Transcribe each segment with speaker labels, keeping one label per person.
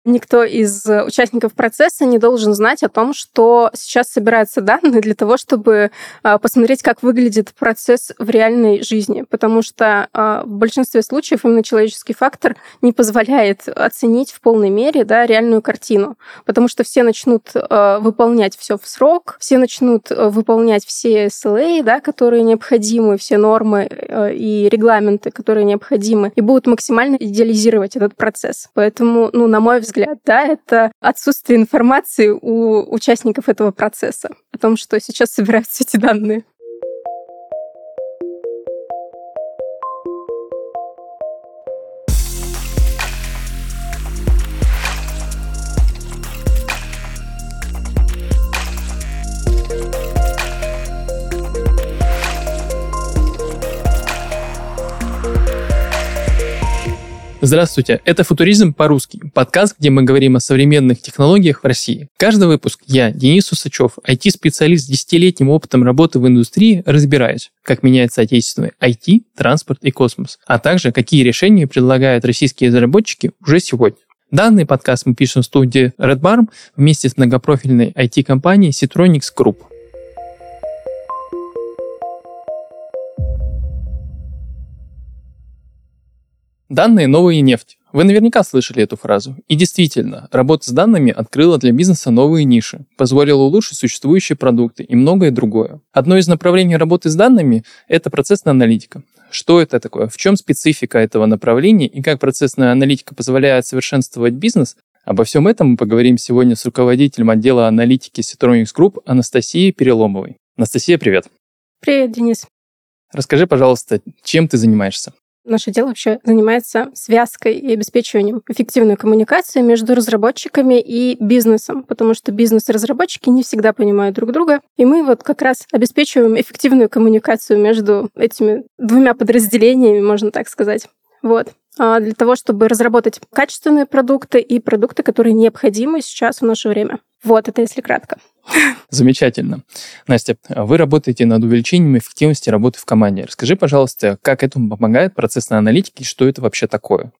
Speaker 1: Никто из участников процесса не должен знать о том, что сейчас собираются данные для того, чтобы посмотреть, как выглядит процесс в реальной жизни. Потому что в большинстве случаев именно человеческий фактор не позволяет оценить в полной мере, да, реальную картину. Потому что все начнут выполнять все в срок, все начнут выполнять все SLA, да, которые необходимы, все нормы и регламенты, которые необходимы, и будут максимально идеализировать этот процесс. Поэтому, на мой взгляд, да, это отсутствие информации у участников этого процесса о том, что сейчас собираются эти данные.
Speaker 2: Здравствуйте, это «Футуризм по-русски», подкаст, где мы говорим о современных технологиях в России. Каждый выпуск я, Денис Усачев, IT-специалист с 10-летним опытом работы в индустрии, разбираюсь, как меняется отечественный IT, транспорт и космос, а также какие решения предлагают российские разработчики уже сегодня. Данный подкаст мы пишем в студии Red Barn вместе с многопрофильной IT-компанией Citronics Group. Данные – новая нефть. Вы наверняка слышали эту фразу. И действительно, работа с данными открыла для бизнеса новые ниши, позволила улучшить существующие продукты и многое другое. Одно из направлений работы с данными – это процессная аналитика. Что это такое? В чем специфика этого направления и как процессная аналитика позволяет совершенствовать бизнес? Обо всем этом мы поговорим сегодня с руководителем отдела аналитики Citronics Group Анастасией Переломовой. Анастасия, привет.
Speaker 1: Привет, Денис.
Speaker 2: Расскажи, пожалуйста, чем ты занимаешься?
Speaker 1: Наше дело вообще занимается связкой и обеспечиванием эффективной коммуникации между разработчиками и бизнесом, потому что бизнес и разработчики не всегда понимают друг друга, и мы вот как раз обеспечиваем эффективную коммуникацию между этими двумя подразделениями, можно так сказать. Для того, чтобы разработать качественные продукты и продукты, которые необходимы сейчас в наше время. Это если кратко.
Speaker 2: Замечательно. Настя, вы работаете над увеличением эффективности работы в команде. Расскажи, пожалуйста, как этому помогает процессная аналитика и что это вообще такое?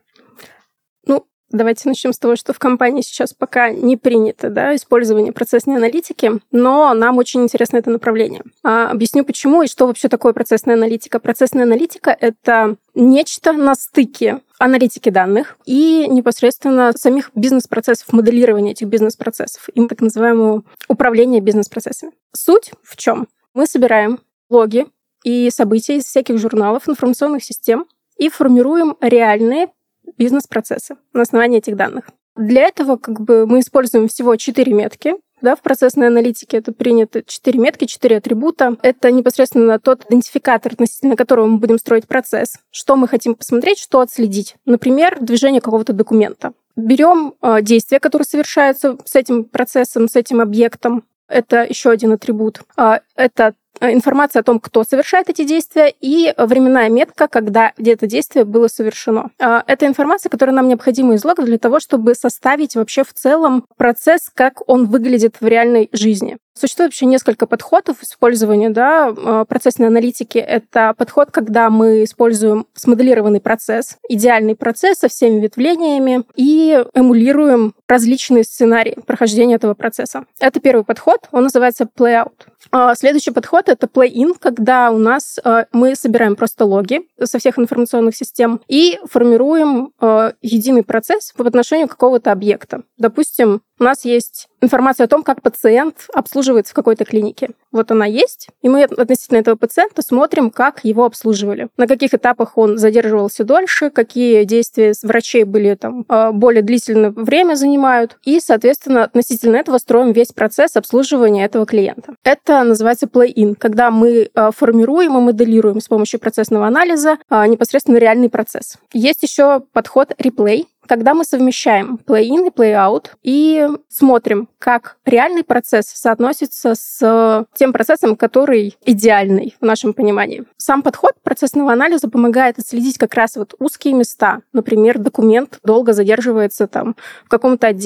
Speaker 1: Давайте начнем с того, что в компании сейчас пока не принято, использование процессной аналитики, но нам очень интересно это направление. Объясню, почему и что вообще такое процессная аналитика. Процессная аналитика — это нечто на стыке аналитики данных и непосредственно самих бизнес-процессов, моделирования этих бизнес-процессов, им так называемое управление бизнес-процессами. Суть в чем? Мы собираем логи и события из всяких журналов, информационных систем и формируем реальные бизнес-процессы на основании этих данных. Для этого мы используем всего 4 метки. В процессной аналитике это принято 4 метки, 4 атрибута. Это непосредственно тот идентификатор, относительно которого мы будем строить процесс. Что мы хотим посмотреть, что отследить. Например, движение какого-то документа. Берем действия, которые совершаются с этим процессом, с этим объектом. Это еще один атрибут. Это информация о том, кто совершает эти действия, и временная метка, где это действие было совершено. Это информация, которая нам необходима из лога для того, чтобы составить вообще в целом процесс, как он выглядит в реальной жизни. Существует вообще несколько подходов использования процессной аналитики. Это подход, когда мы используем смоделированный процесс, идеальный процесс со всеми ветвлениями и эмулируем различные сценарии прохождения этого процесса. Это первый подход, он называется play-out. Следующий подход — это play-in, когда у нас мы собираем просто логи со всех информационных систем и формируем единый процесс по отношению к какого-то объекта. Допустим, у нас есть информация о том, как пациент обслуживается в какой-то клинике. Она есть, и мы относительно этого пациента смотрим, как его обслуживали. На каких этапах он задерживался дольше, какие действия врачей были более длительное время занимают, и, соответственно, относительно этого строим весь процесс обслуживания этого клиента. Это называется play-in, когда мы формируем и моделируем с помощью процессного анализа непосредственно реальный процесс. Есть еще подход replay, когда мы совмещаем play-in и play-out и смотрим, как реальный процесс соотносится с тем процессом, который идеальный в нашем понимании. Сам подход процессного анализа помогает отследить как раз узкие места. Например, документ долго задерживается в каком-то отделе.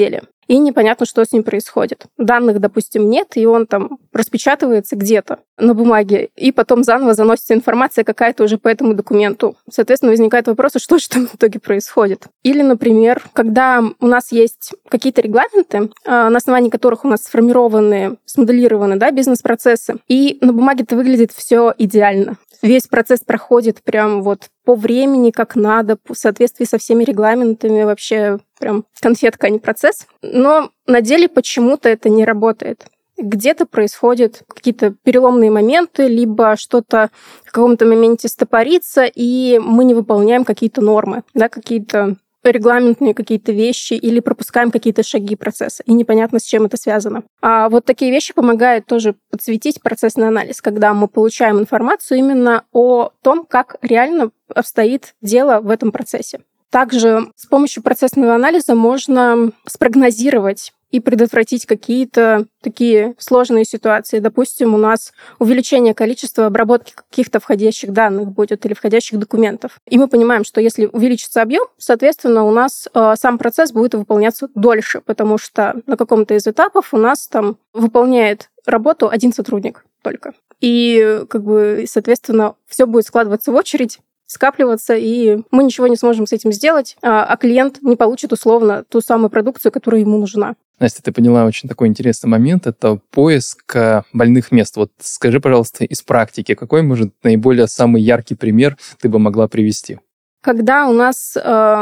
Speaker 1: и непонятно, что с ним происходит. Данных, допустим, нет, и он там распечатывается где-то на бумаге, и потом заново заносится информация какая-то уже по этому документу. Соответственно, возникает вопрос, а что же там в итоге происходит? Или, например, когда у нас есть какие-то регламенты, на основании которых у нас сформированы, смоделированы, да, бизнес-процессы, и на бумаге это выглядит все идеально. Весь процесс проходит прям вот по времени, как надо, в соответствии со всеми регламентами, вообще прям конфетка, а не процесс. Но на деле почему-то это не работает. Где-то происходят какие-то переломные моменты, либо что-то в каком-то моменте стопорится, и мы не выполняем какие-то нормы, да, какие-то регламентные какие-то вещи или пропускаем какие-то шаги процесса, и непонятно, с чем это связано. А вот такие вещи помогают тоже подсветить процессный анализ, когда мы получаем информацию именно о том, как реально обстоит дело в этом процессе. Также с помощью процессного анализа можно спрогнозировать и предотвратить какие-то такие сложные ситуации. Допустим, у нас увеличение количества обработки каких-то входящих данных будет или входящих документов. И мы понимаем, что если увеличится объем, соответственно, у нас сам процесс будет выполняться дольше, потому что на каком-то из этапов у нас там выполняет работу один сотрудник только. И, соответственно, все будет складываться в очередь, скапливаться, и мы ничего не сможем с этим сделать, а клиент не получит условно ту самую продукцию, которая ему нужна.
Speaker 2: Настя, ты поняла очень такой интересный момент. Это поиск больных мест. Вот скажи, пожалуйста, из практики, какой, может, наиболее самый яркий пример ты бы могла привести?
Speaker 1: Когда у нас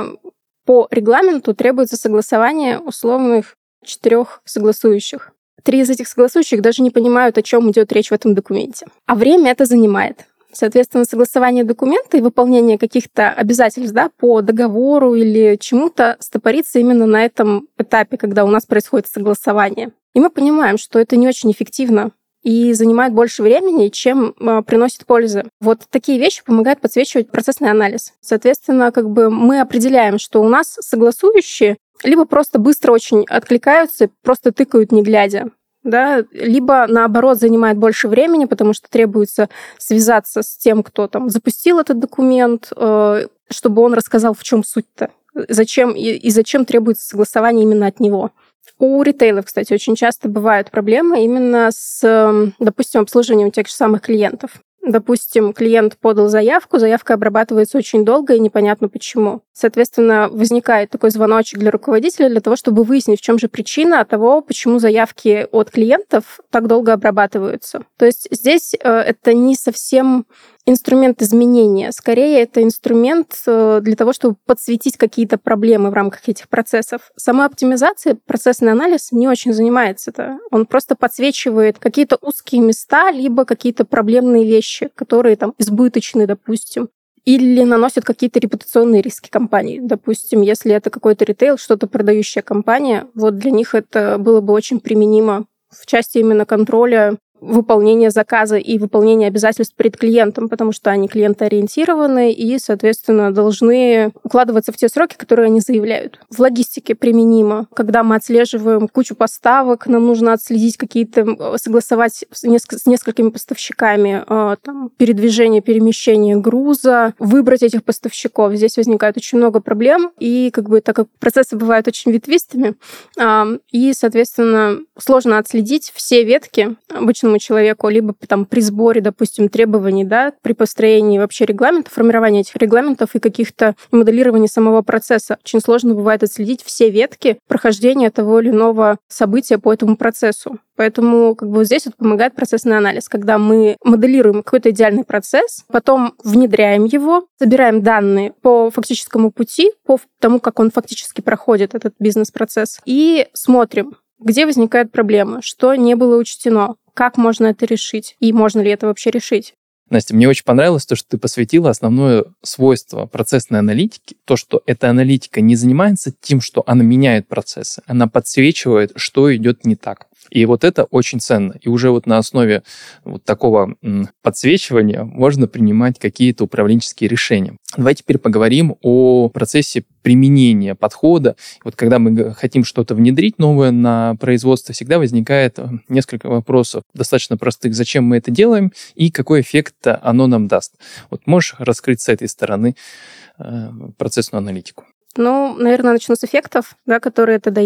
Speaker 1: по регламенту требуется согласование условных 4 согласующих. 3 из этих согласующих даже не понимают, о чем идет речь в этом документе. А время это занимает. Соответственно, согласование документа и выполнение каких-то обязательств, да, по договору или чему-то стопорится именно на этом этапе, когда у нас происходит согласование. И мы понимаем, что это не очень эффективно и занимает больше времени, чем приносит пользы. Вот такие вещи помогают подсвечивать процессный анализ. Соответственно, мы определяем, что у нас согласующие либо просто быстро очень откликаются, просто тыкают не глядя, да, либо, наоборот, занимает больше времени, потому что требуется связаться с тем, кто там запустил этот документ, чтобы он рассказал, в чем суть-то, зачем требуется согласование именно от него. У ритейлов, кстати, очень часто бывают проблемы именно с, допустим, обслуживанием тех же самых клиентов. Допустим, клиент подал заявку, заявка обрабатывается очень долго и непонятно почему. Соответственно, возникает такой звоночек для руководителя для того, чтобы выяснить, в чем же причина того, почему заявки от клиентов так долго обрабатываются. То есть здесь это не совсем инструмент изменения, скорее это инструмент для того, чтобы подсветить какие-то проблемы в рамках этих процессов. Сама оптимизация, процессный анализ не очень занимается. Он просто подсвечивает какие-то узкие места, либо какие-то проблемные вещи, которые там избыточны, допустим, или наносят какие-то репутационные риски компании. Допустим, если это какой-то ритейл, что-то продающая компания, вот для них это было бы очень применимо в части именно контроля выполнения заказа и выполнения обязательств перед клиентом, потому что они клиентоориентированы и, соответственно, должны укладываться в те сроки, которые они заявляют. В логистике применимо. Когда мы отслеживаем кучу поставок, нам нужно отследить согласовать с несколькими поставщиками передвижение, перемещение груза, выбрать этих поставщиков. Здесь возникает очень много проблем, и так как процессы бывают очень ветвистыми, и, соответственно, сложно отследить все ветки обычному человеку, либо при сборе, допустим, требований, да, при построении вообще регламента, формировании этих регламентов и каких-то моделирований самого процесса. Очень сложно бывает отследить все ветки прохождения того или иного события по этому процессу. Поэтому здесь помогает процессный анализ, когда мы моделируем какой-то идеальный процесс, потом внедряем его, собираем данные по фактическому пути, по тому, как он фактически проходит, этот бизнес-процесс, и смотрим, где возникают проблемы, что не было учтено, как можно это решить и можно ли это вообще решить.
Speaker 2: Настя, мне очень понравилось то, что ты посвятила основное свойство процессной аналитики, то, что эта аналитика не занимается тем, что она меняет процессы, она подсвечивает, что идет не так. И вот это очень ценно. И уже на основе такого подсвечивания можно принимать какие-то управленческие решения. Давай теперь поговорим о процессе применения подхода. Когда мы хотим что-то внедрить новое на производство, всегда возникает несколько вопросов достаточно простых. Зачем мы это делаем и какой эффект оно нам даст? Можешь раскрыть с этой стороны процессную аналитику?
Speaker 1: Наверное, начну с эффектов, которые это дает.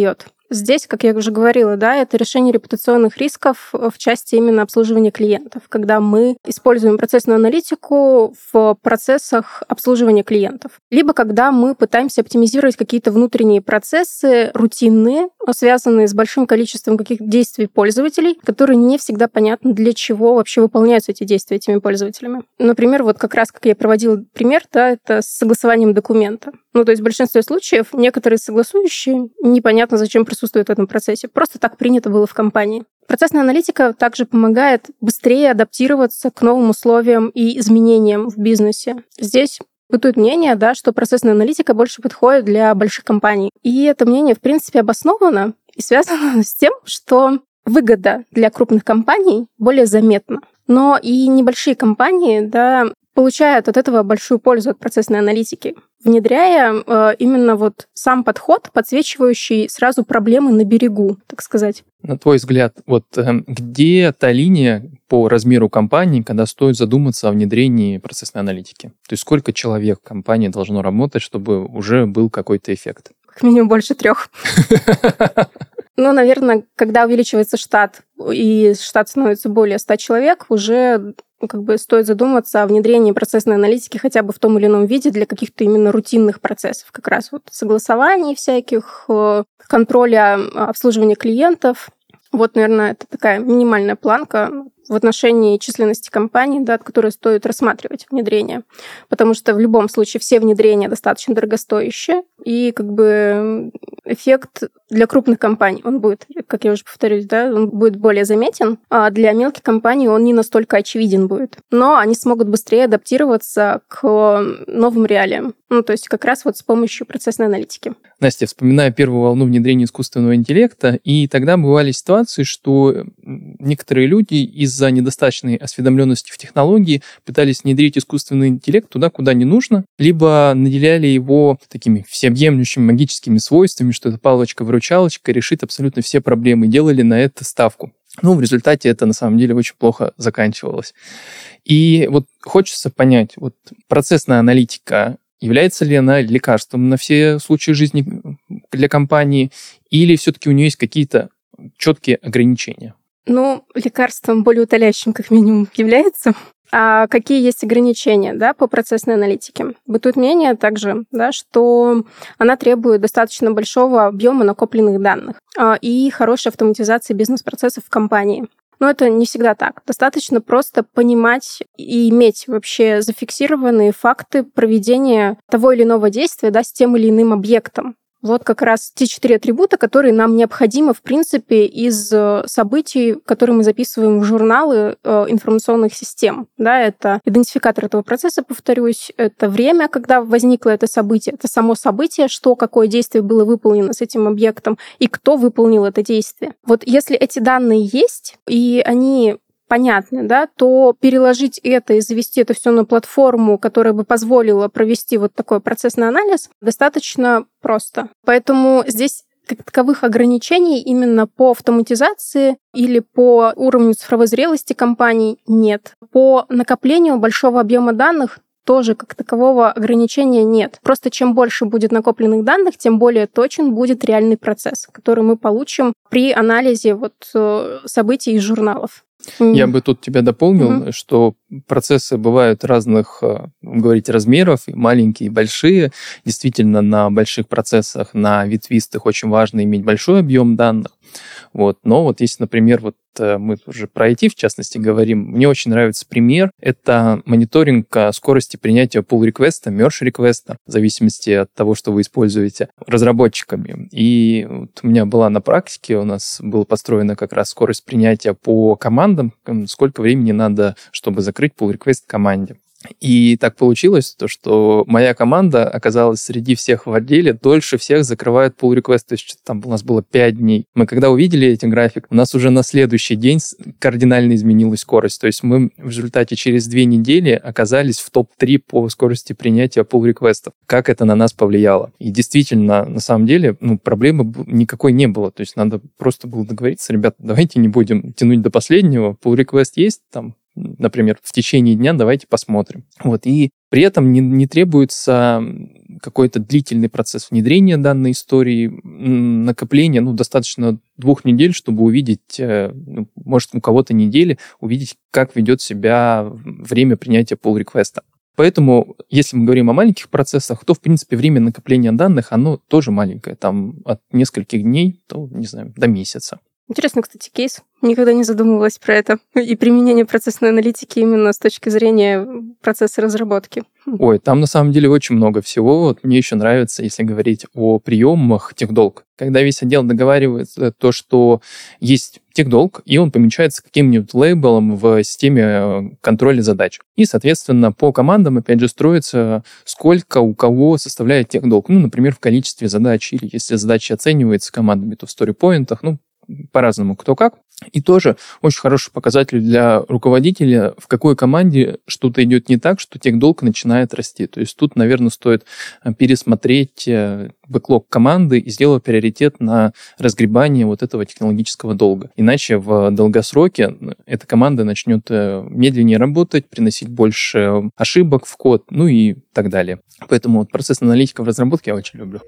Speaker 1: Здесь, как я уже говорила, да, это решение репутационных рисков в части именно обслуживания клиентов, когда мы используем процессную аналитику в процессах обслуживания клиентов. Либо когда мы пытаемся оптимизировать какие-то внутренние процессы, рутинные, связанные с большим количеством каких-то действий пользователей, которые не всегда понятно, для чего вообще выполняются эти действия этими пользователями. Например, вот как раз, как я приводила пример, да, это с согласованием документа. То есть в большинстве случаев некоторые согласующие непонятно, зачем присутствуют в этом процессе. Просто так принято было в компании. Процессная аналитика также помогает быстрее адаптироваться к новым условиям и изменениям в бизнесе. Здесь бытует мнение, да, что процессная аналитика больше подходит для больших компаний. И это мнение, в принципе, обосновано и связано с тем, что выгода для крупных компаний более заметна. Но и небольшие компании, да, получают от этого большую пользу от процессной аналитики, внедряя именно вот сам подход, подсвечивающий сразу проблемы на берегу, так сказать.
Speaker 2: На твой взгляд, вот где та линия по размеру компании, когда стоит задуматься о внедрении процессной аналитики? То есть сколько человек в компании должно работать, чтобы уже был какой-то эффект?
Speaker 1: Как минимум больше 3. Наверное, когда увеличивается штат, и штат становится более 100 человек, уже стоит задуматься о внедрении процессной аналитики хотя бы в том или ином виде для каких-то именно рутинных процессов. Как раз вот согласований всяких, контроля обслуживания клиентов. Вот, наверное, это такая минимальная планка в отношении численности компаний, да, от которой стоит рассматривать внедрение. Потому что в любом случае все внедрения достаточно дорогостоящие, и эффект для крупных компаний, он будет, как я уже повторюсь, да, он будет более заметен, а для мелких компаний он не настолько очевиден будет. Но они смогут быстрее адаптироваться к новым реалиям. То есть как раз вот с помощью процессной аналитики.
Speaker 2: Настя, вспоминаю первую волну внедрения искусственного интеллекта, и тогда бывали ситуации, что некоторые люди из-за недостаточной осведомленности в технологии пытались внедрить искусственный интеллект туда, куда не нужно, либо наделяли его такими всеобъемлющими магическими свойствами, что это палочка-выручалочка решит абсолютно все проблемы, делали на это ставку. В результате это на самом деле очень плохо заканчивалось. И вот хочется понять, вот процессная аналитика, является ли она лекарством на все случаи жизни для компании, или все-таки у нее есть какие-то четкие ограничения?
Speaker 1: Лекарством более утоляющим, как минимум, является. А какие есть ограничения, да, по процессной аналитике? Бытует мнение также, да, что она требует достаточно большого объема накопленных данных и хорошей автоматизации бизнес-процессов в компании. Но это не всегда так. Достаточно просто понимать и иметь вообще зафиксированные факты проведения того или иного действия, да, с тем или иным объектом. Вот как раз те 4 атрибута, которые нам необходимы, в принципе, из событий, которые мы записываем в журналы информационных систем. Да, это идентификатор этого процесса, повторюсь, это время, когда возникло это событие, это само событие, что, какое действие было выполнено с этим объектом и кто выполнил это действие. Вот если эти данные есть, и они понятны, да, то переложить это и завести это все на платформу, которая бы позволила провести вот такой процессный анализ, достаточно просто. Поэтому здесь как таковых ограничений именно по автоматизации или по уровню цифровой зрелости компаний нет. По накоплению большого объема данных тоже как такового ограничения нет. Просто чем больше будет накопленных данных, тем более точен будет реальный процесс, который мы получим при анализе событий из журналов.
Speaker 2: Я бы тут тебя дополнил, что процессы бывают разных, говорите, размеров, и маленькие, и большие. Действительно, на больших процессах, на ветвистых очень важно иметь большой объем данных. Но если, например, мы уже про IT, в частности, говорим, мне очень нравится пример. Это мониторинг скорости принятия pull-реквеста, merge-реквеста, в зависимости от того, что вы используете, разработчиками. И у меня была на практике, у нас была построена как раз скорость принятия по командам, сколько времени надо, чтобы закрыть pull-реквест команде. И так получилось, что моя команда оказалась среди всех в отделе, дольше всех закрывает pull-request, то есть там у нас было 5 дней. Мы когда увидели этот график, у нас уже на следующий день кардинально изменилась скорость. То есть мы в результате через 2 недели оказались в топ-3 по скорости принятия pull-реквестов. Как это на нас повлияло? И действительно, на самом деле, проблемы никакой не было. То есть надо просто было договориться, ребята, давайте не будем тянуть до последнего, pull-request есть, например, в течение дня давайте посмотрим. И при этом не требуется какой-то длительный процесс внедрения данной истории, накопления, достаточно 2 недель, чтобы увидеть, может, у кого-то недели, увидеть, как ведет себя время принятия pull-реквеста. Поэтому, если мы говорим о маленьких процессах, то, в принципе, время накопления данных, оно тоже маленькое, там от нескольких дней, до месяца.
Speaker 1: Интересно, кстати, кейс. Никогда не задумывалась про это. И применение процессной аналитики именно с точки зрения процесса разработки.
Speaker 2: Ой, там на самом деле очень много всего. Вот мне еще нравится, если говорить о приемах техдолг. Когда весь отдел договаривается, то, что есть техдолг, и он помечается каким-нибудь лейблом в системе контроля задач. И, соответственно, по командам, опять же, строится, сколько у кого составляет техдолг. Например, в количестве задач, или если задача оценивается командами, то в сторипоинтах, по-разному, кто как. И тоже очень хороший показатель для руководителя, в какой команде что-то идет не так, что техдолг начинает расти. То есть тут, наверное, стоит пересмотреть бэклог команды и сделать приоритет на разгребание вот этого технологического долга. Иначе в долгосроке эта команда начнет медленнее работать, приносить больше ошибок в код, и так далее. Поэтому процесс аналитика в разработке я очень люблю.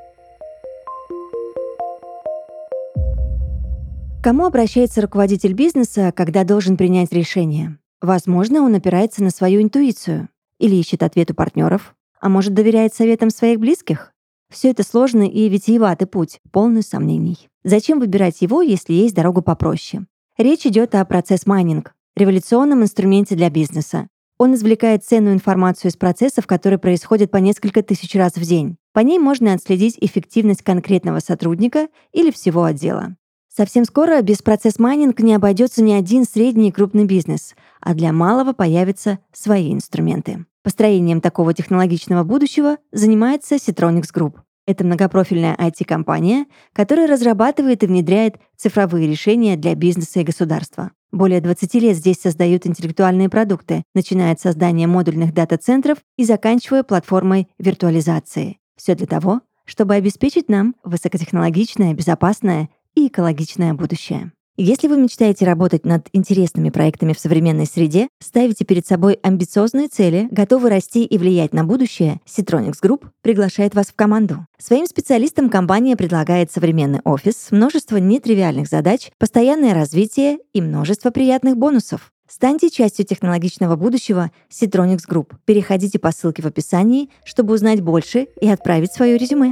Speaker 3: К кому обращается руководитель бизнеса, когда должен принять решение? Возможно, он опирается на свою интуицию или ищет ответ у партнеров, а может, доверяет советам своих близких? Все это сложный и витиеватый путь, полный сомнений. Зачем выбирать его, если есть дорога попроще? Речь идет о процесс-майнинг, революционном инструменте для бизнеса. Он извлекает ценную информацию из процессов, которые происходят по несколько тысяч раз в день. По ней можно отследить эффективность конкретного сотрудника или всего отдела. Совсем скоро без процесс-майнинг не обойдется ни один средний и крупный бизнес, а для малого появятся свои инструменты. Построением такого технологичного будущего занимается Citronics Group. Это многопрофильная IT-компания, которая разрабатывает и внедряет цифровые решения для бизнеса и государства. Более 20 лет здесь создают интеллектуальные продукты, начиная от создания модульных дата-центров и заканчивая платформой виртуализации. Все для того, чтобы обеспечить нам высокотехнологичное, безопасное и экологичное будущее. Если вы мечтаете работать над интересными проектами в современной среде, ставите перед собой амбициозные цели, готовы расти и влиять на будущее, Citronics Group приглашает вас в команду. Своим специалистам компания предлагает современный офис, множество нетривиальных задач, постоянное развитие и множество приятных бонусов. Станьте частью технологичного будущего Citronics Group. Переходите по ссылке в описании, чтобы узнать больше и отправить свое резюме.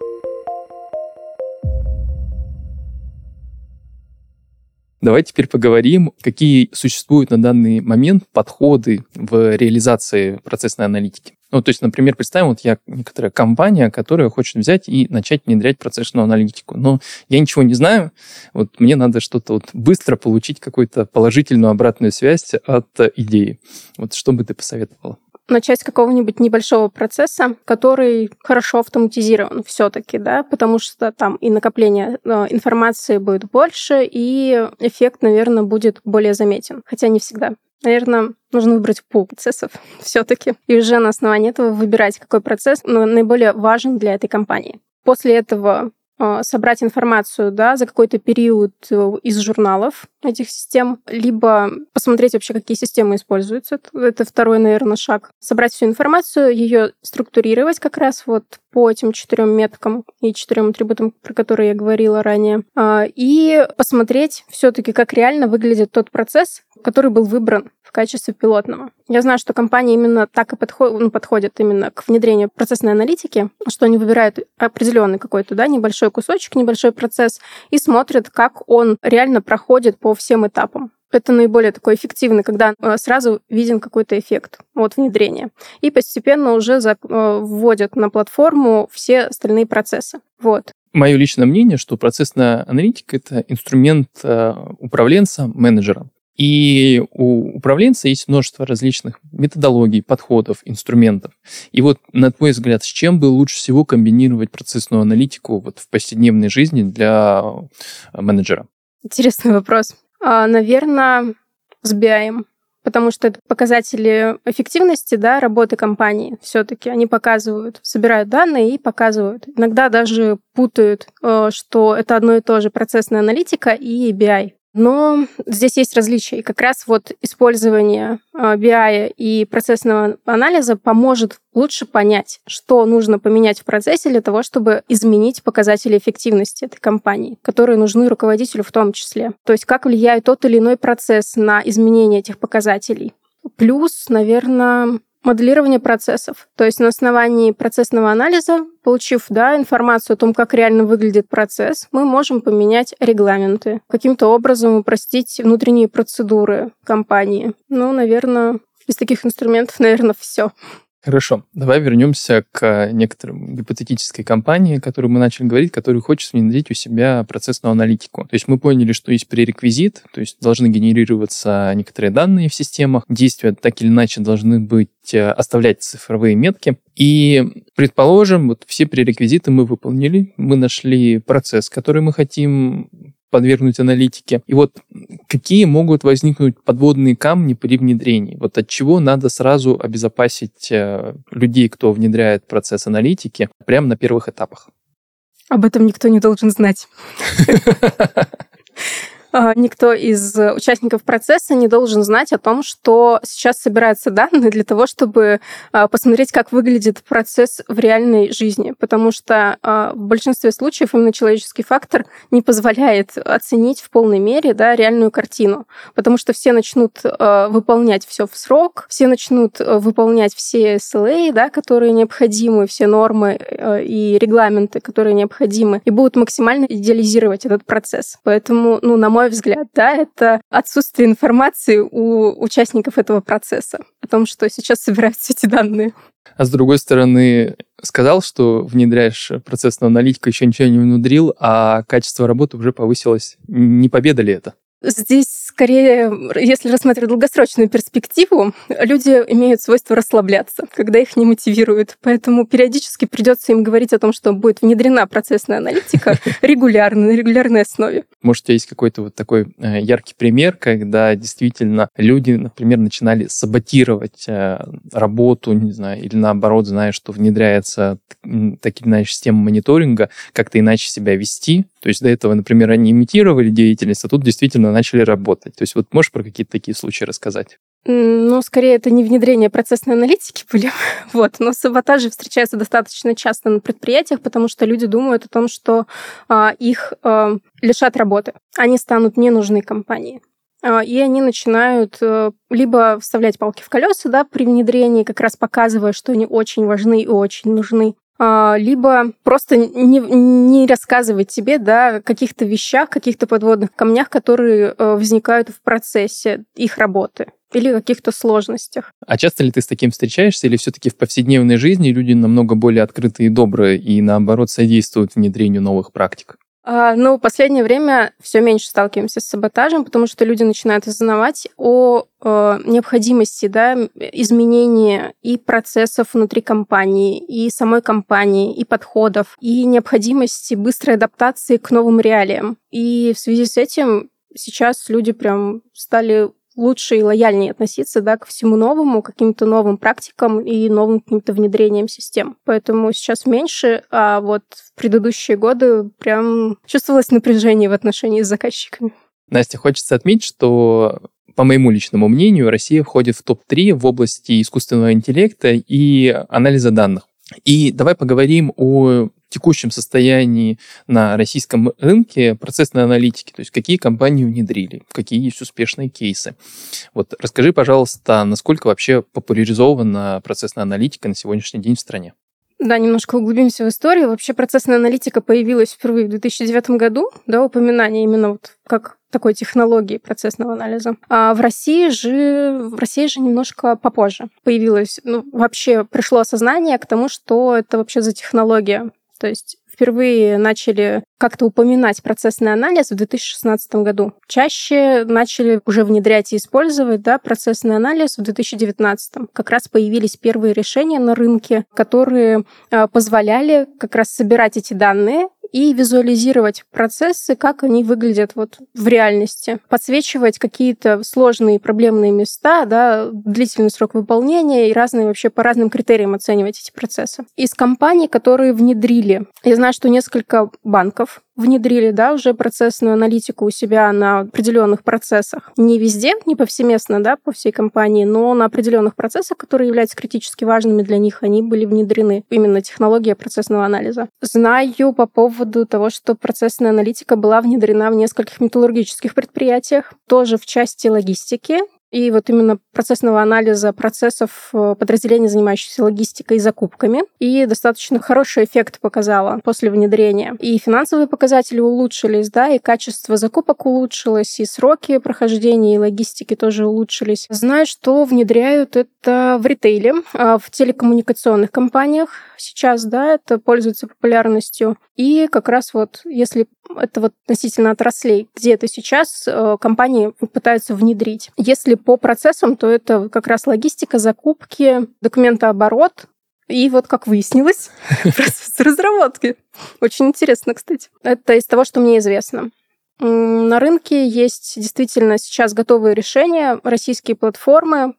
Speaker 2: Давайте теперь поговорим, какие существуют на данный момент подходы в реализации процессной аналитики. То есть, например, представим, я некоторая компания, которая хочет взять и начать внедрять процессную аналитику. Но я ничего не знаю, мне надо что-то быстро получить, какую-то положительную обратную связь от идеи. Что бы ты посоветовала?
Speaker 1: Начать с какого-нибудь небольшого процесса, который хорошо автоматизирован все-таки, потому что там и накопление информации будет больше, и эффект, наверное, будет более заметен, хотя не всегда. Наверное, нужно выбрать пул процессов все-таки, и уже на основании этого выбирать, какой процесс наиболее важен для этой компании. После этого собрать информацию, за какой-то период из журналов этих систем, либо посмотреть вообще, какие системы используются. Это второй, наверное, шаг. Собрать всю информацию, ее структурировать как раз по этим 4 меткам и 4 атрибутам, про которые я говорила ранее, и посмотреть все-таки, как реально выглядит тот процесс, который был выбран в качестве пилотного. Я знаю, что компании именно так и подходят именно к внедрению процессной аналитики, что они выбирают определенный какой-то, небольшой кусочек, небольшой процесс и смотрят, как он реально проходит по всем этапам. Это наиболее такой эффективный, когда сразу виден какой-то эффект внедрения. И постепенно уже вводят на платформу все остальные процессы.
Speaker 2: Мое личное мнение, что процессная аналитика — это инструмент управленца, менеджера. И у управленца есть множество различных методологий, подходов, инструментов. И на твой взгляд, с чем бы лучше всего комбинировать процессную аналитику в повседневной жизни для менеджера?
Speaker 1: Интересный вопрос. Наверное, с BI, потому что это показатели эффективности, работы компании все-таки. Они показывают, собирают данные и показывают. Иногда даже путают, что это одно и то же процессная аналитика и BI. Но здесь есть различия. И как раз вот использование BI и процессного анализа поможет лучше понять, что нужно поменять в процессе для того, чтобы изменить показатели эффективности этой компании, которые нужны руководителю в том числе. То есть как влияет тот или иной процесс на изменение этих показателей. Плюс, наверное, моделирование процессов. То есть на основании процессного анализа, получив информацию о том, как реально выглядит процесс, мы можем поменять регламенты, каким-то образом упростить внутренние процедуры компании. Наверное, из таких инструментов, все.
Speaker 2: Хорошо, давай вернемся к некоторым гипотетической компании, о которой мы начали говорить, которая хочет внедрить у себя процессную аналитику. То есть мы поняли, что есть пререквизит, то есть должны генерироваться некоторые данные в системах, действия так или иначе должны оставлять цифровые метки. И, предположим, вот все пререквизиты мы выполнили, мы нашли процесс, который мы хотим подвергнуть аналитике. И вот какие могут возникнуть подводные камни при внедрении? Вот от чего надо сразу обезопасить людей, кто внедряет процесс аналитики, прямо на первых этапах?
Speaker 1: Об этом никто не должен знать. Никто из участников процесса не должен знать о том, что сейчас собираются данные для того, чтобы посмотреть, как выглядит процесс в реальной жизни. Потому что в большинстве случаев именно человеческий фактор не позволяет оценить в полной мере реальную картину. Потому что все начнут выполнять все в срок, все начнут выполнять все SLA, которые необходимы, все нормы и регламенты, которые необходимы, и будут максимально идеализировать этот процесс. Поэтому, на мой взгляд, это отсутствие информации у участников этого процесса о том, что сейчас собираются эти данные.
Speaker 2: А с другой стороны, сказал, что внедряешь процессную аналитику, еще ничего не внедрил, а качество работы уже повысилось. Не победа ли это?
Speaker 1: Здесь, скорее, если рассматривать долгосрочную перспективу, люди имеют свойство расслабляться, когда их не мотивируют. Поэтому периодически придется им говорить о том, что будет внедрена процессная аналитика регулярно, на регулярной основе.
Speaker 2: Может, у тебя есть какой-то вот такой яркий пример, когда действительно люди, например, начинали саботировать работу, не знаю, или наоборот, зная, что внедряется так или иначе система мониторинга, как-то иначе себя вести. То есть до этого, например, они имитировали деятельность, а тут действительно начали работать. То есть вот можешь про какие-то такие случаи рассказать?
Speaker 1: Скорее, это не внедрение процессной аналитики были. Но саботажи встречаются достаточно часто на предприятиях, потому что люди думают о том, что их лишат работы. Они станут не нужны компании. И они начинают либо вставлять палки в колеса при внедрении, как раз показывая, что они очень важны и очень нужны, либо просто не рассказывать тебе о каких-то вещах, каких-то подводных камнях, которые возникают в процессе их работы или каких-то сложностях.
Speaker 2: А часто ли ты с таким встречаешься, или все-таки в повседневной жизни люди намного более открытые и добрые и, наоборот, содействуют внедрению новых практик?
Speaker 1: В последнее время все меньше сталкиваемся с саботажем, потому что люди начинают осознавать о необходимости изменения и процессов внутри компании, и самой компании, и подходов, и необходимости быстрой адаптации к новым реалиям. И в связи с этим сейчас люди прям стали лучше и лояльнее относиться ко всему новому, каким-то новым практикам и новым каким-то внедрениям систем. Поэтому сейчас меньше, а вот в предыдущие годы прям чувствовалось напряжение в отношении с заказчиками.
Speaker 2: Настя, хочется отметить, что, по моему личному мнению, Россия входит в топ-3 в области искусственного интеллекта и анализа данных. И давай поговорим о текущем состоянии на российском рынке процессной аналитики, то есть какие компании внедрили, какие есть успешные кейсы. Вот расскажи, пожалуйста, насколько вообще популяризована процессная аналитика на сегодняшний день в стране?
Speaker 1: Да, немножко углубимся в историю. Вообще процессная аналитика появилась впервые в 2009 году, упоминание именно как такой технологии процессного анализа. А в России же немножко попозже появилось, вообще пришло осознание к тому, что это вообще за технология. То есть впервые начали как-то упоминать процессный анализ в 2016 году. Чаще начали уже внедрять и использовать процессный анализ в 2019. Как раз появились первые решения на рынке, которые позволяли как раз собирать эти данные и визуализировать процессы, как они выглядят в реальности. Подсвечивать какие-то сложные проблемные места, длительный срок выполнения и разные вообще по разным критериям оценивать эти процессы. Из компаний, которые внедрили, я знаю, что несколько банков внедрили, да, уже процессную аналитику у себя на определенных процессах. Не везде, не повсеместно, да, по всей компании, но на определенных процессах, которые являются критически важными для них, они были внедрены. Именно технология процессного анализа. Знаю по поводу того, что процессная аналитика была внедрена в нескольких металлургических предприятиях, тоже в части логистики. И вот именно процессного анализа процессов подразделений, занимающихся логистикой и закупками. И достаточно хороший эффект показала после внедрения. И финансовые показатели улучшились, да, и качество закупок улучшилось, и сроки прохождения и логистики тоже улучшились. Знаю, что внедряют это в ритейле, в телекоммуникационных компаниях сейчас, да, это пользуется популярностью. И как раз вот, если это вот относительно отраслей, где это сейчас компании пытаются внедрить. Если по процессам, то это как раз логистика, закупки, документооборот и вот, как выяснилось, процесс разработки. Очень интересно, кстати. Это из того, что мне известно. На рынке есть действительно сейчас готовые решения, российские платформы,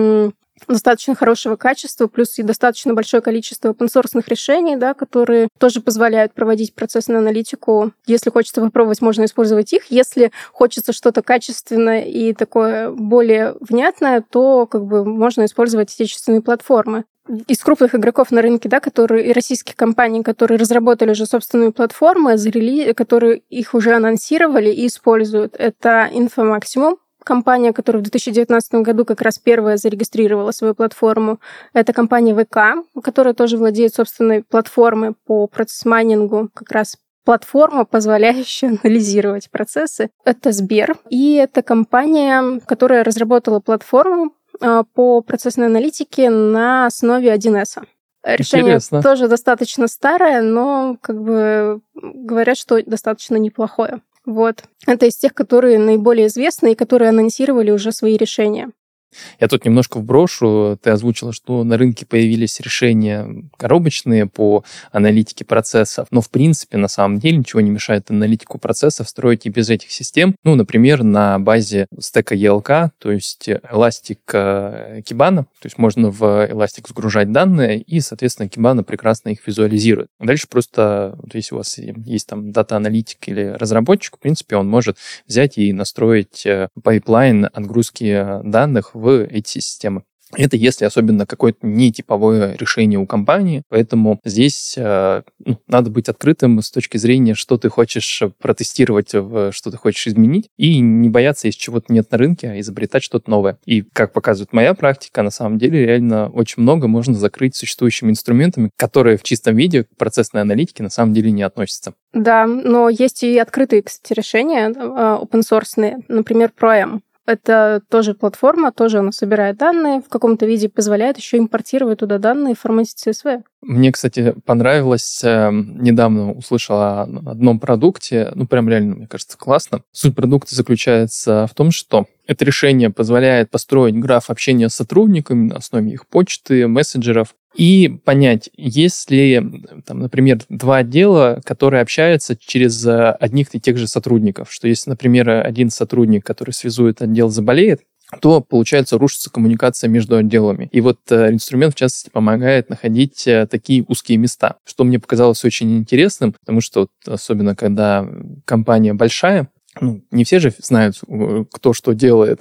Speaker 1: достаточно хорошего качества, плюс и достаточно большое количество open-source решений, да, которые тоже позволяют проводить процессную аналитику. Если хочется попробовать, можно использовать их. Если хочется что-то качественное и такое более внятное, то как бы можно использовать отечественные платформы. Из крупных игроков на рынке, да, которые, и российских компаний, которые разработали уже собственные платформы, которые их уже анонсировали и используют, это InfoMaximum, компания, которая в 2019 году как раз первая зарегистрировала свою платформу. Это компания ВК, которая тоже владеет собственной платформой по процесс-майнингу, как раз платформа, позволяющая анализировать процессы. Это Сбер. И это компания, которая разработала платформу по процессной аналитике на основе 1С. Решение тоже достаточно старое, но как бы говорят, что достаточно неплохое. Вот. Это из тех, которые наиболее известны и которые анонсировали уже свои решения.
Speaker 2: Я тут немножко вброшу. Ты озвучила, что на рынке появились решения коробочные по аналитике процессов, но в принципе на самом деле ничего не мешает аналитику процессов строить и без этих систем. Ну, например, на базе стека ELK, то есть Elastic Kibana, то есть можно в Elastic загружать данные, и, соответственно, Kibana прекрасно их визуализирует. Дальше просто, вот если у вас есть там дата-аналитик или разработчик, в принципе, он может взять и настроить пайплайн отгрузки данных в эти системы. Это если особенно какое-то нетиповое решение у компании, поэтому здесь надо быть открытым с точки зрения, что ты хочешь протестировать, что ты хочешь изменить, и не бояться, если чего-то нет на рынке, а изобретать что-то новое. И, как показывает моя практика, на самом деле реально очень много можно закрыть существующими инструментами, которые в чистом виде к процессной аналитике на самом деле не относятся.
Speaker 1: Да, но есть и открытые, кстати, решения, open-source, например, ProM. Это тоже платформа, тоже она собирает данные, в каком-то виде позволяет еще импортировать туда данные в формате CSV.
Speaker 2: Мне, кстати, понравилось, недавно услышала о одном продукте, прям реально, мне кажется, классно. Суть продукта заключается в том, что это решение позволяет построить граф общения с сотрудниками на основе их почты, мессенджеров, и понять, есть ли, там, например, два отдела, которые общаются через одних и тех же сотрудников, что если, например, один сотрудник, который связует отдел, заболеет, то, получается, рушится коммуникация между отделами. И вот инструмент, в частности, помогает находить такие узкие места, что мне показалось очень интересным, потому что вот, особенно когда компания большая, не все же знают, кто что делает.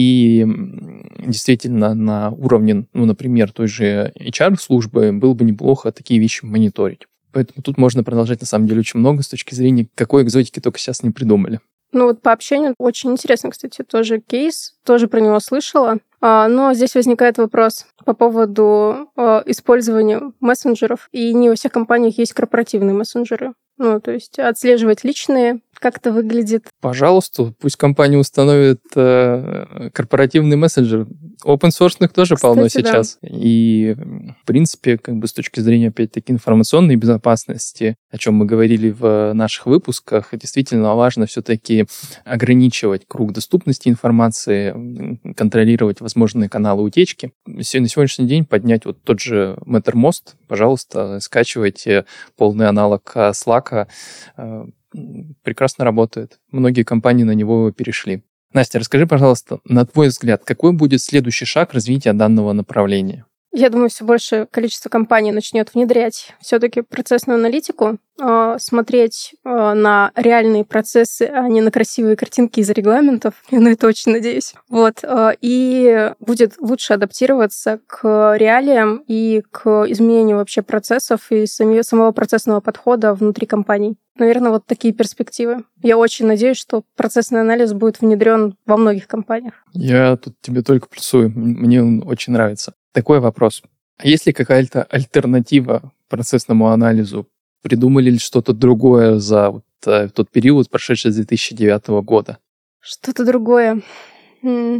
Speaker 2: И действительно на уровне, например, той же HR-службы было бы неплохо такие вещи мониторить. Поэтому тут можно продолжать, на самом деле, очень много с точки зрения, какой экзотики только сейчас не придумали.
Speaker 1: Вот по общению очень интересно, кстати, тоже кейс, тоже про него слышала. Но здесь возникает вопрос по поводу использования мессенджеров. И не во всех компаниях есть корпоративные мессенджеры. То есть отслеживать личные, как это выглядит.
Speaker 2: Пожалуйста, пусть компания установит корпоративный мессенджер. Open-source тоже, кстати, полно сейчас. Да. И, в принципе, с точки зрения, опять-таки, информационной безопасности, о чем мы говорили в наших выпусках, действительно важно все-таки ограничивать круг доступности информации, контролировать возможные каналы утечки. На сегодняшний день поднять вот тот же Mattermost, пожалуйста, скачивайте полный аналог Slack, прекрасно работает. Многие компании на него перешли. Настя, расскажи, пожалуйста, на твой взгляд, какой будет следующий шаг развития данного направления?
Speaker 1: Я думаю, все большее количество компаний начнет внедрять все-таки процессную аналитику. смотреть на реальные процессы, а не на красивые картинки из регламентов. Я на это очень надеюсь. Вот. И будет лучше адаптироваться к реалиям и к изменению вообще процессов и самого процессного подхода внутри компаний. Наверное, вот такие перспективы. Я очень надеюсь, что процессный анализ будет внедрен во многих компаниях.
Speaker 2: Я тут тебе только плюсую. Мне он очень нравится. Такой вопрос. А есть ли какая-то альтернатива процессному анализу? Придумали ли что-то другое за тот период, прошедший с 2009 года?
Speaker 1: Что-то другое? К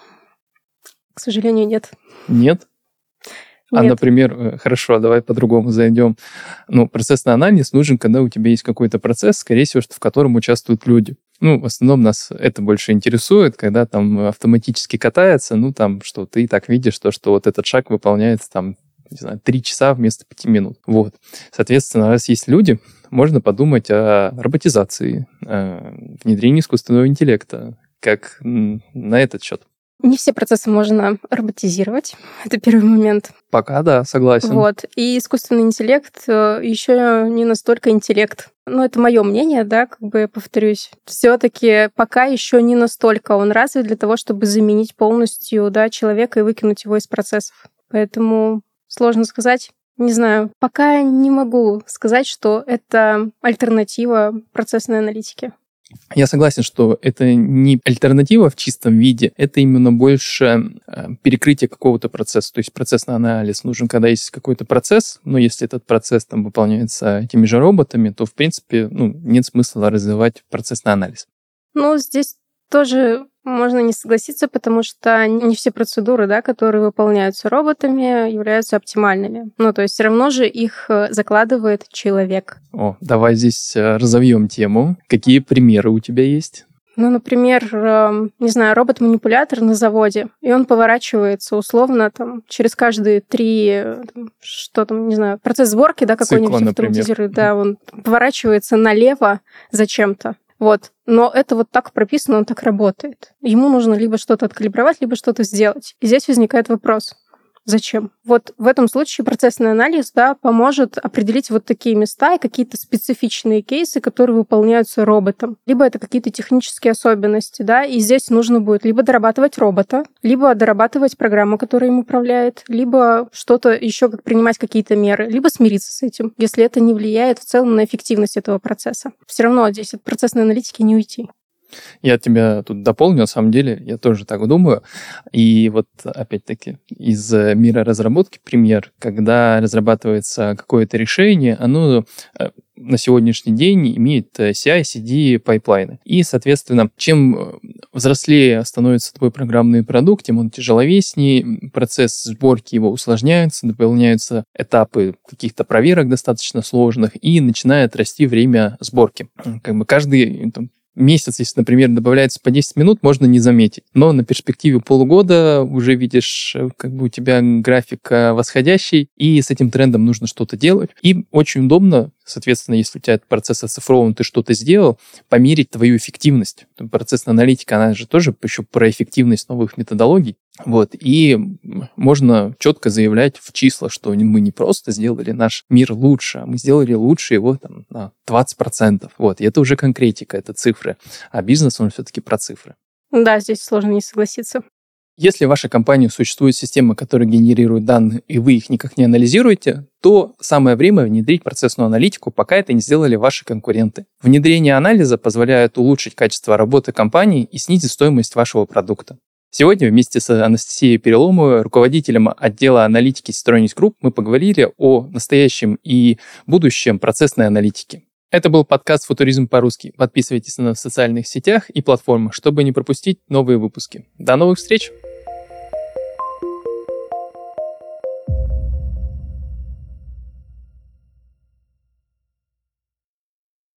Speaker 1: сожалению, нет.
Speaker 2: Нет? А,
Speaker 1: Нет.
Speaker 2: например, хорошо, давай по-другому зайдем. Процессный анализ нужен, когда у тебя есть какой-то процесс, скорее всего, в котором участвуют люди. В основном нас это больше интересует, когда там автоматически катается, что ты и так видишь, что вот этот шаг выполняется 3 часа вместо 5 минут. Вот. Соответственно, раз есть люди, можно подумать о роботизации, внедрении искусственного интеллекта, как на этот счет.
Speaker 1: Не все процессы можно роботизировать. Это первый момент.
Speaker 2: Пока да, согласен.
Speaker 1: Вот. И искусственный интеллект еще не настолько интеллект. Это мое мнение, да, повторюсь. Все-таки пока еще не настолько он развит для того, чтобы заменить полностью, да, человека и выкинуть его из процессов. Поэтому сложно сказать. Не знаю. Пока не могу сказать, что это альтернатива процессной аналитике.
Speaker 2: Я согласен, что это не альтернатива в чистом виде, это именно больше перекрытие какого-то процесса. То есть процессный анализ нужен, когда есть какой-то процесс, но если этот процесс выполняется этими же роботами, то, в принципе, нет смысла развивать процессный анализ.
Speaker 1: Здесь тоже можно не согласиться, потому что не все процедуры, да, которые выполняются роботами, являются оптимальными. То есть все равно же их закладывает человек.
Speaker 2: Давай здесь разовьем тему. Какие примеры у тебя есть?
Speaker 1: Например, не знаю, робот-манипулятор на заводе, и он поворачивается условно через каждые 3, процесс сборки, да, какой-нибудь автоматизирует, да, он поворачивается налево зачем-то. Вот. Но это вот так прописано, он так работает. Ему нужно либо что-то откалибровать, либо что-то сделать. И здесь возникает вопрос. Зачем? Вот в этом случае процессный анализ, да, поможет определить вот такие места и какие-то специфичные кейсы, которые выполняются роботом. Либо это какие-то технические особенности, да, и здесь нужно будет либо дорабатывать робота, либо дорабатывать программу, которая им управляет, либо что-то еще, как принимать какие-то меры, либо смириться с этим, если это не влияет в целом на эффективность этого процесса. Все равно здесь от процессной аналитики не уйти.
Speaker 2: Я тебя тут дополню, на самом деле, я тоже так думаю. И вот, опять-таки, из мира разработки пример, когда разрабатывается какое-то решение, оно на сегодняшний день имеет CI/CD пайплайны. И, соответственно, чем взрослее становится твой программный продукт, тем он тяжеловеснее, процесс сборки его усложняется, дополняются этапы каких-то проверок достаточно сложных, и начинает расти время сборки. Каждый месяц, если, например, добавляется по 10 минут, можно не заметить. Но на перспективе полугода уже видишь, у тебя график восходящий, и с этим трендом нужно что-то делать. И очень удобно, соответственно, если у тебя этот процесс оцифрован, ты что-то сделал, померить твою эффективность. Процессная аналитика, она же тоже еще про эффективность новых методологий. Вот. И можно четко заявлять в числах, что мы не просто сделали наш мир лучше, а мы сделали лучше его на 20%. Вот. И это уже конкретика, это цифры. А бизнес, он все-таки про цифры.
Speaker 1: Да, здесь сложно не согласиться.
Speaker 2: Если в вашей компании существует система, которая генерирует данные, и вы их никак не анализируете, то самое время внедрить процессную аналитику, пока это не сделали ваши конкуренты. Внедрение анализа позволяет улучшить качество работы компании и снизить стоимость вашего продукта. Сегодня вместе с Анастасией Переломовой, руководителем отдела аналитики Cetronis Group, мы поговорили о настоящем и будущем процессной аналитики. Это был подкаст «Футуризм по-русски». Подписывайтесь на нас в социальных сетях и платформах, чтобы не пропустить новые выпуски. До новых встреч!